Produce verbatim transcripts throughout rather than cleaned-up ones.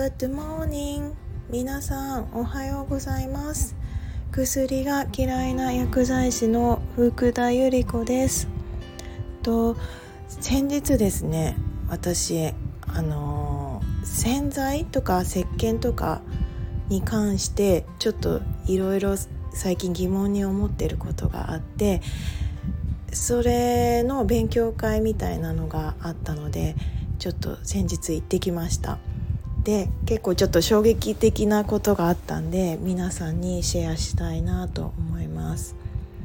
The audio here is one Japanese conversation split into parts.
Good morning 皆さんおはようございます。薬が嫌いな薬剤師の福田由里子です。と先日ですね、私あの洗剤とか石鹸とかに関してちょっといろいろ最近疑問に思っていることがあって、それの勉強会みたいなのがあったのでちょっと先日行ってきました。で結構ちょっと衝撃的なことがあったんで皆さんにシェアしたいなと思います。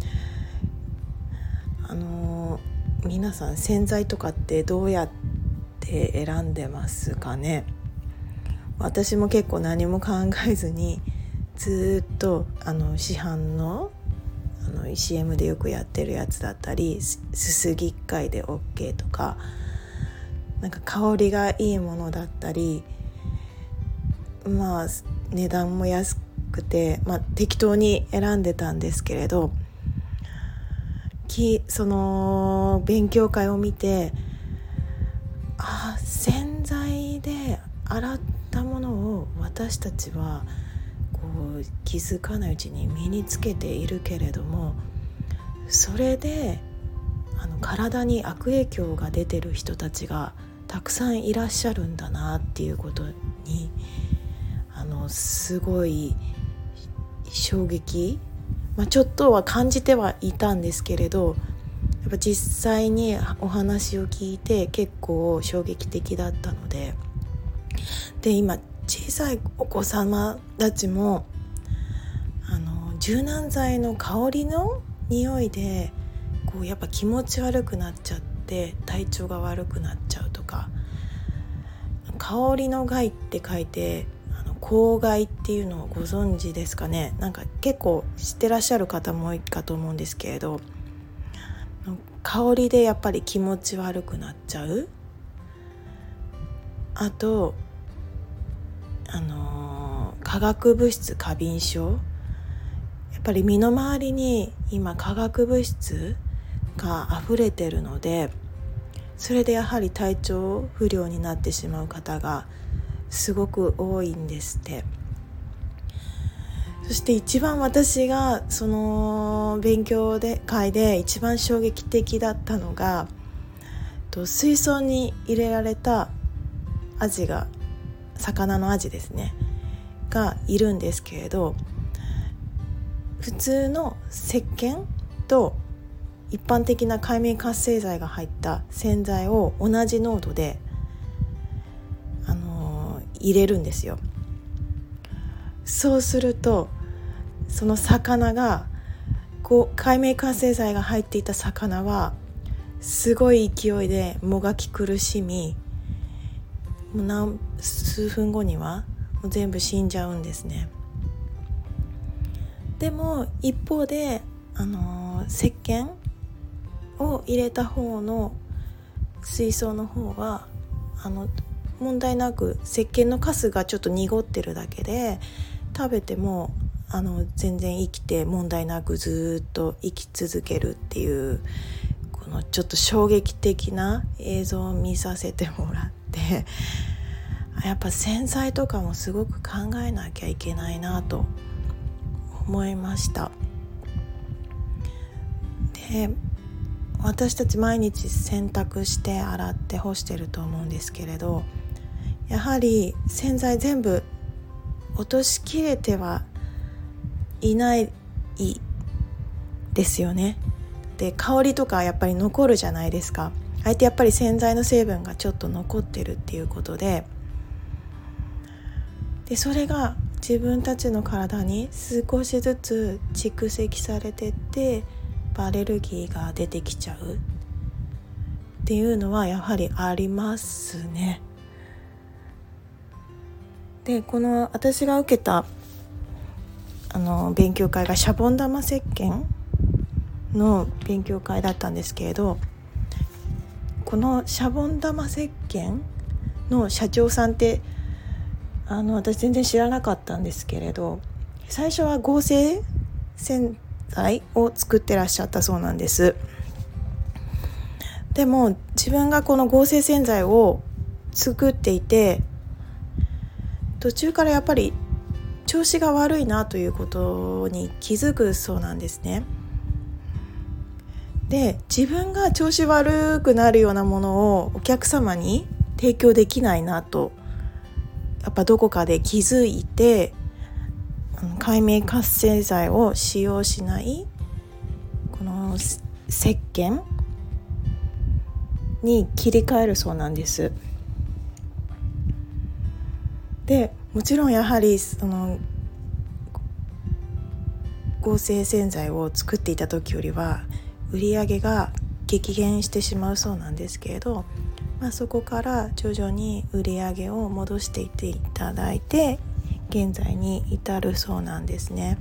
あの皆さん洗剤とかってどうやって選んでますかね。私も結構何も考えずにずっとあの市販のあの シーエム でよくやってるやつだったり、すすぎっかいで OK とか、なんか香りがいいものだったり、まあ値段も安くて、まあ、適当に選んでたんですけれど、きその勉強会を見て、あ、洗剤で洗ったものを私たちはこう気づかないうちに身につけているけれども、それであの体に悪影響が出てる人たちがたくさんいらっしゃるんだなっていうことにあのすごい衝撃、まあ、ちょっとは感じてはいたんですけれど、やっぱ実際にお話を聞いて結構衝撃的だったので、で今小さいお子様たちもあの柔軟剤の香りの匂いでこうやっぱ気持ち悪くなっちゃって体調が悪くなっちゃうとか、香りの害って書いてあの香害っていうのをご存知ですかね。なんか結構知ってらっしゃる方も多いかと思うんですけれど、香りでやっぱり気持ち悪くなっちゃう。あとあのー、化学物質過敏症、やっぱり身の回りに今化学物質が溢れてるので、それでやはり体調不良になってしまう方がすごく多いんですって。そして一番私がその勉強で会で一番衝撃的だったのが、と水槽に入れられたアジが魚のアジですねがいるんですけれど、普通の石鹸と一般的な界面活性剤が入った洗剤を同じ濃度で、あのー、入れるんですよ。そうするとその魚がこう界面活性剤が入っていた魚はすごい勢いでもがき苦しみ、もう何数分後にはもう全部死んじゃうんですね。でも一方で、あのー、石鹸を入れた方の水槽の方はあの問題なく石鹸のカスがちょっと濁ってるだけで食べてもあの全然生きて問題なくずっと生き続けるっていう、このちょっと衝撃的な映像を見させてもらって、やっぱ洗剤とかもすごく考えなきゃいけないなと思いました。で私たち毎日洗濯して洗って干してると思うんですけれど、やはり洗剤全部落としきれてはいないですよね。で香りとかやっぱり残るじゃないですか。あえてやっぱり洗剤の成分がちょっと残ってるっていうことで、でそれが自分たちの体に少しずつ蓄積されてってアレルギーが出てきちゃうっていうのはやはりありますね。でこの私が受けたあの勉強会がシャボン玉石鹸の勉強会だったんですけれど、このシャボン玉石鹸の社長さんってあの私全然知らなかったんですけれど、最初は合成洗剤を作ってらっしゃったそうなんです。でも自分がこの合成洗剤を作っていて、 途中からやっぱり調子が悪いなということに気づくそうなんですね。で、自分が調子悪くなるようなものをお客様に提供できないなとやっぱどこかで気づいて、界面活性剤を使用しないこの石鹸に切り替えるそうなんです。で、もちろんやはりその合成洗剤を作っていた時よりは売り上げが激減してしまうそうなんですけれど、まあ、そこから徐々に売り上げを戻していっていただいて現在に至るそうなんですね。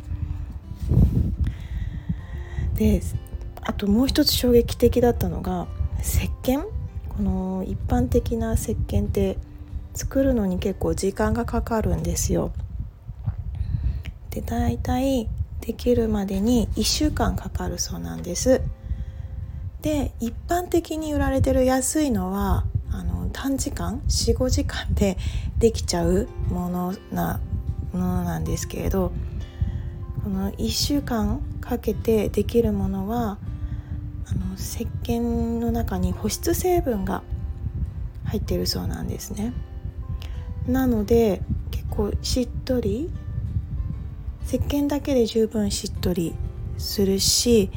で、あともう一つ衝撃的だったのが石鹸。この一般的な石鹸って作るのに結構時間がかかるんですよ。で、だいたいできるまでにいっしゅうかんかかるそうなんです。で、一般的に売られてる安いのはあの短時間 よん,ご 時間でできちゃうものなものなんですけれど、このいっしゅうかんかけてできるものはあの石鹸の中に保湿成分が入っているそうなんですね。なので結構しっとり、石鹸だけで十分しっとりするし、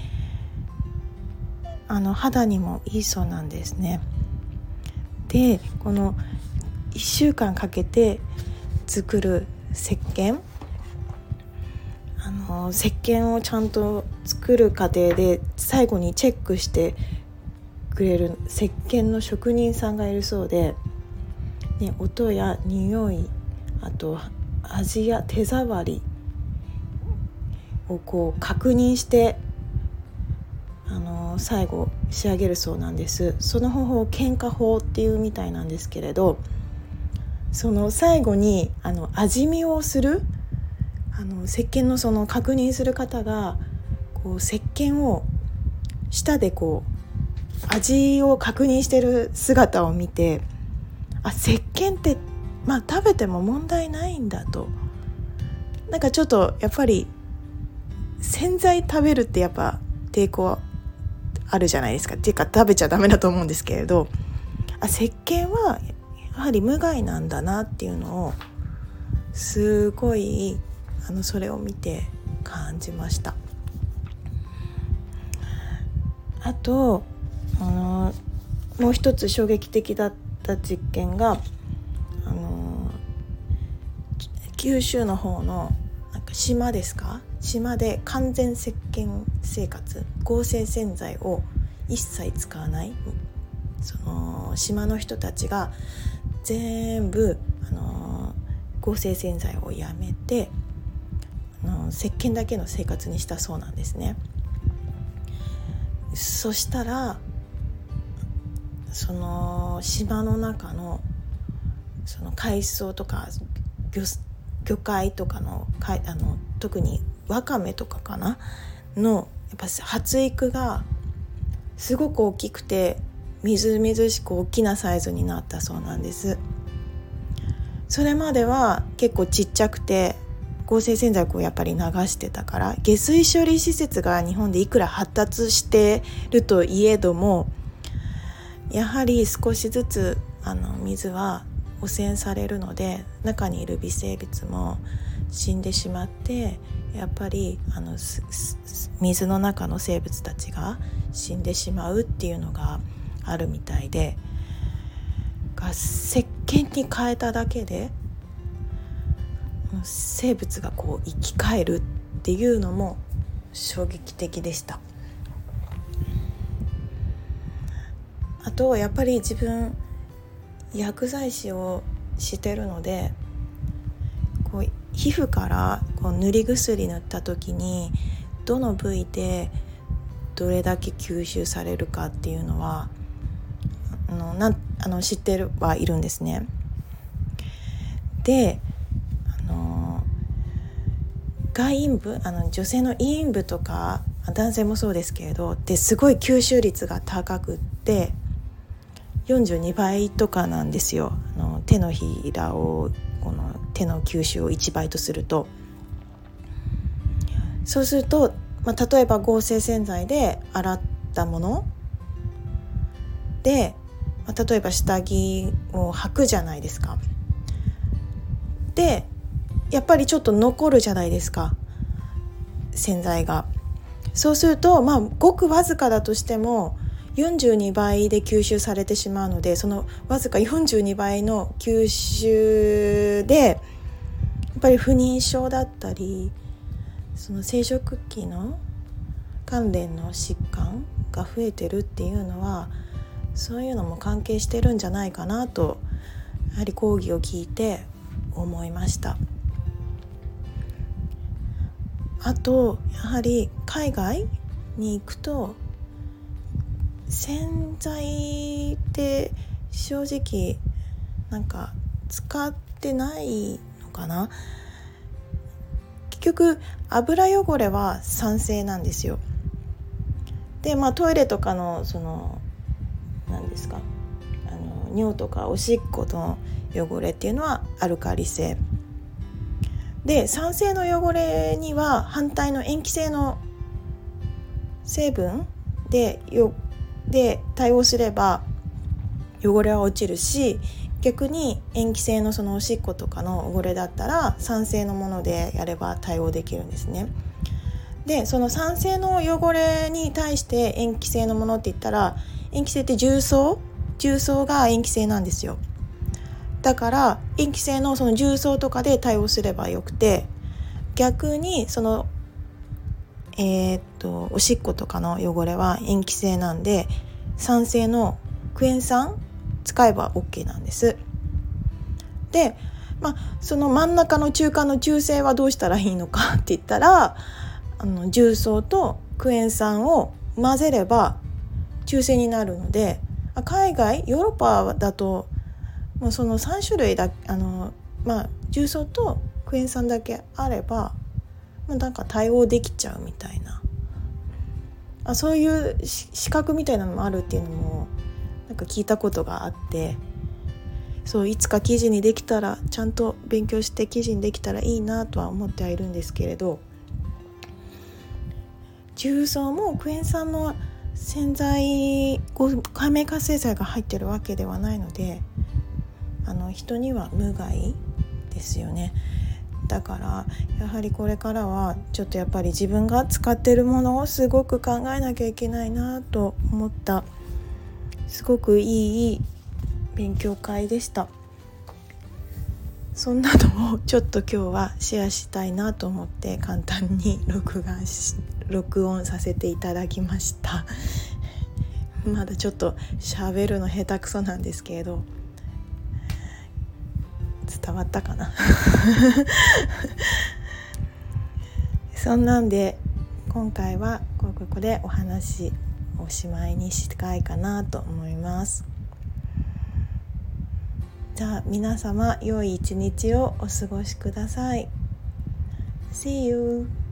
あの肌にもいいそうなんですね。で、このいっしゅうかんかけて作る石鹸、あの石鹸をちゃんと作る過程で最後にチェックしてくれる石鹸の職人さんがいるそうで、ね、音や匂い、あと味や手触りをこう確認してあの最後仕上げるそうなんです。その方法を検化法っていうみたいなんですけれど、その最後にあの味見をするあの石鹸のその確認する方がこう石鹸を舌でこう味を確認してる姿を見て、あ、石鹸ってまあ食べても問題ないんだと、なんかちょっとやっぱり洗剤食べるってやっぱ抵抗あるじゃないですか。っていうか食べちゃダメだと思うんですけれど、あ、石鹸はやはり無害なんだなっていうのをすごいあのそれを見て感じました。あとあのもう一つ衝撃的だった実験があの九州の方のなんか島ですか、島で完全石鹸生活、合成洗剤を一切使わない、その島の人たちが全部あの合成洗剤をやめてあの石鹸だけの生活にしたそうなんですね。そしたらその島の中のその海藻とか 魚, 魚介とかのあの特にワカメとかかなのやっぱ発育がすごく大きくてみずみずしく大きなサイズになったそうなんです。それまでは結構ちっちゃくて合成洗剤をやっぱり流してたから、下水処理施設が日本でいくら発達してるといえどもやはり少しずつあの水は汚染されるので中にいる微生物も死んでしまって、やっぱりあの水の中の生物たちが死んでしまうっていうのがあるみたいで、石鹸に変えただけで生物がこう生き返るっていうのも衝撃的でした。あとやっぱり自分薬剤師をしてるので、こう皮膚からこう塗り薬塗った時にどの部位でどれだけ吸収されるかっていうのはあのなんあの知ってるはいるんですね。で、あの外陰部、あの女性の陰部とか男性もそうですけれどですごい吸収率が高くってよんじゅうにばいとかなんですよ。あの手のひらをこの手の吸収をいちばいとすると、そうすると、まあ、例えば合成洗剤で洗ったもので、まあ、例えば下着を履くじゃないですか。でやっぱりちょっと残るじゃないですか、洗剤が。そうすると、まあ、ごくわずかだとしてもよんじゅうにばいで吸収されてしまうので、そのわずかよんじゅうにばいの吸収でやっぱり不妊症だったり、その生殖器の関連の疾患が増えてるっていうのは、そういうのも関係してるんじゃないかなと、やはり講義を聞いて思いました。あとやはり海外に行くと洗剤って正直なんか使ってないのかな。結局油汚れは酸性なんですよ。で、まあ、トイレとかのその何ですか、あの尿とかおしっこの汚れっていうのはアルカリ性で、酸性の汚れには反対の塩基性の成分でよで対応すれば汚れは落ちるし、逆に塩基性のそのおしっことかの汚れだったら酸性のものでやれば対応できるんですね。でその酸性の汚れに対して塩基性のものって言ったら、塩基性って重曹重曹が塩基性なんですよ。だから塩基性のその重曹とかで対応すればよくて、逆にそのえー、っとおしっことかの汚れは塩基性なんで、酸性のクエン酸使えば OK なんです。で、まあ、その真ん中の中間の中性はどうしたらいいのかって言ったら、あの重曹とクエン酸を混ぜれば中性になるので、海外ヨーロッパだともうそのさん種類だあの、まあ、重曹とクエン酸だけあればもうなんか対応できちゃうみたいな、あそういう資格みたいなのもあるっていうのもなんか聞いたことがあって、そういつか記事にできたらちゃんと勉強して記事にできたらいいなとは思ってはいるんですけれど、重曹もクエン酸の洗剤界面活性剤が入ってるわけではないので、あの人には無害ですよね。だからやはりこれからはちょっとやっぱり自分が使ってるものをすごく考えなきゃいけないなと思った、すごくいい勉強会でした。そんなのをちょっと今日はシェアしたいなと思って簡単に録画し録音させていただきましたまだちょっと喋るの下手くそなんですけれど伝わったかなそんなんで今回はここでお話おしまいにしたいかなと思います。じゃあ皆様良い一日をお過ごしください。See you!